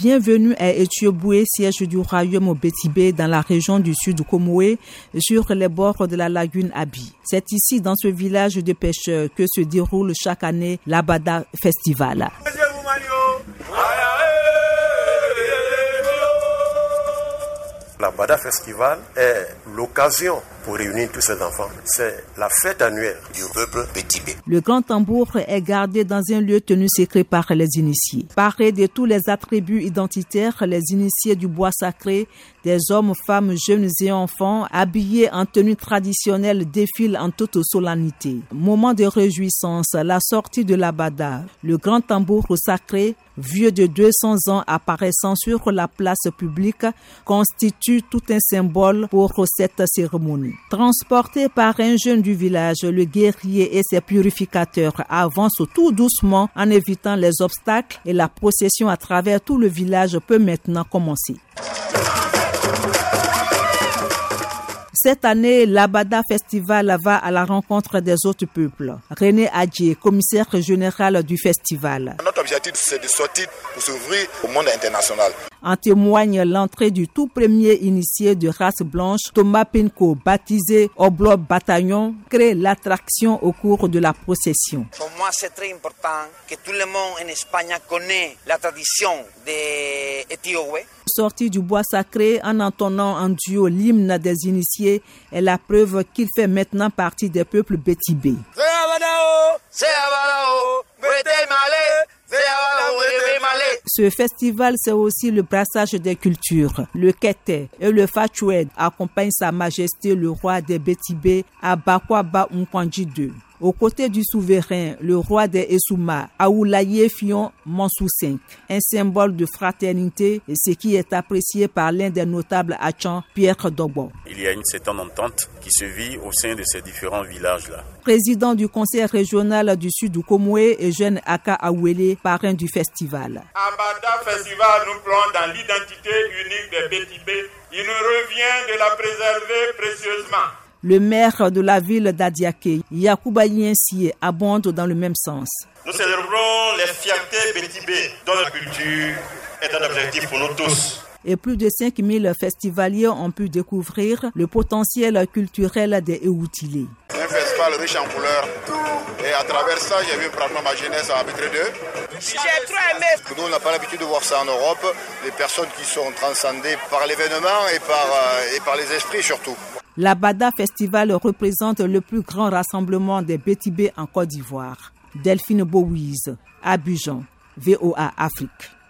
Bienvenue à Etioboué, siège du royaume Bétibé dans la région du sud Comoé, sur les bords de la lagune Abi. C'est ici, dans ce village de pêcheurs, que se déroule chaque année l'Abada Festival. L'Abada Festival est l'occasion pour réunir tous ces enfants. C'est la fête annuelle du peuple Bétibé. Le grand tambour est gardé dans un lieu tenu secret par les initiés. Parés de tous les attributs identitaires, les initiés du bois sacré, des hommes, femmes, jeunes et enfants, habillés en tenue traditionnelle, défilent en toute solennité. Moment de réjouissance, la sortie de l'Abada, le grand tambour sacré, vieux de 200 ans apparaissant sur la place publique, constitue tout un symbole pour cette cérémonie. Transporté par un jeune du village, le guerrier et ses purificateurs avancent tout doucement en évitant les obstacles et la procession à travers tout le village peut maintenant commencer. Cette année, l'Abada Festival va à la rencontre des autres peuples. René Adjé, commissaire général du festival. Notre objectif, c'est de sortir pour s'ouvrir au monde international. En témoigne l'entrée du tout premier initié de race blanche, Thomas Pinko, baptisé Oblo Bataillon, crée l'attraction au cours de la procession. Pour moi, c'est très important que tout le monde en Espagne connaisse la tradition des Etiopoué. Sorti du bois sacré en entonnant en duo l'hymne des initiés est la preuve qu'il fait maintenant partie des peuples Bétibé. Ce festival, c'est aussi le brassage des cultures. Le Kété et le Fatchoued accompagnent Sa Majesté le roi des Bétibé à Bakwaba Nkwanji II. Aux côtés du souverain, le roi des Essouma, Aoulaye Fion Mansou V, un symbole de fraternité, et ce qui est apprécié par l'un des notables Achan, Pierre Dogbo. Il y a une certaine entente qui se vit au sein de ces différents villages-là. Président du conseil régional du sud du Comoé et jeune Aka Awele, parrain du festival. Abada Festival nous plonge dans l'identité unique des Bétibé. Il nous revient de la préserver précieusement. Le maire de la ville d'Adiaké, Yacouba Yensié, abonde dans le même sens. Nous célébrons les fiertés Bétibé, dont la culture est un objectif pour nous tous. Et plus de 5000 festivaliers ont pu découvrir le potentiel culturel des Eoutilés. Un festival riche en couleurs. Et à travers ça, j'ai vu pratiquement ma jeunesse à arbitrer d'eux. J'ai trop aimé. Nous, on n'a pas l'habitude de voir ça en Europe. Les personnes qui sont transcendées par l'événement et par les esprits surtout. L'Abada Festival représente le plus grand rassemblement des Bétibé en Côte d'Ivoire. Delphine Bouize, Abidjan, VOA Afrique.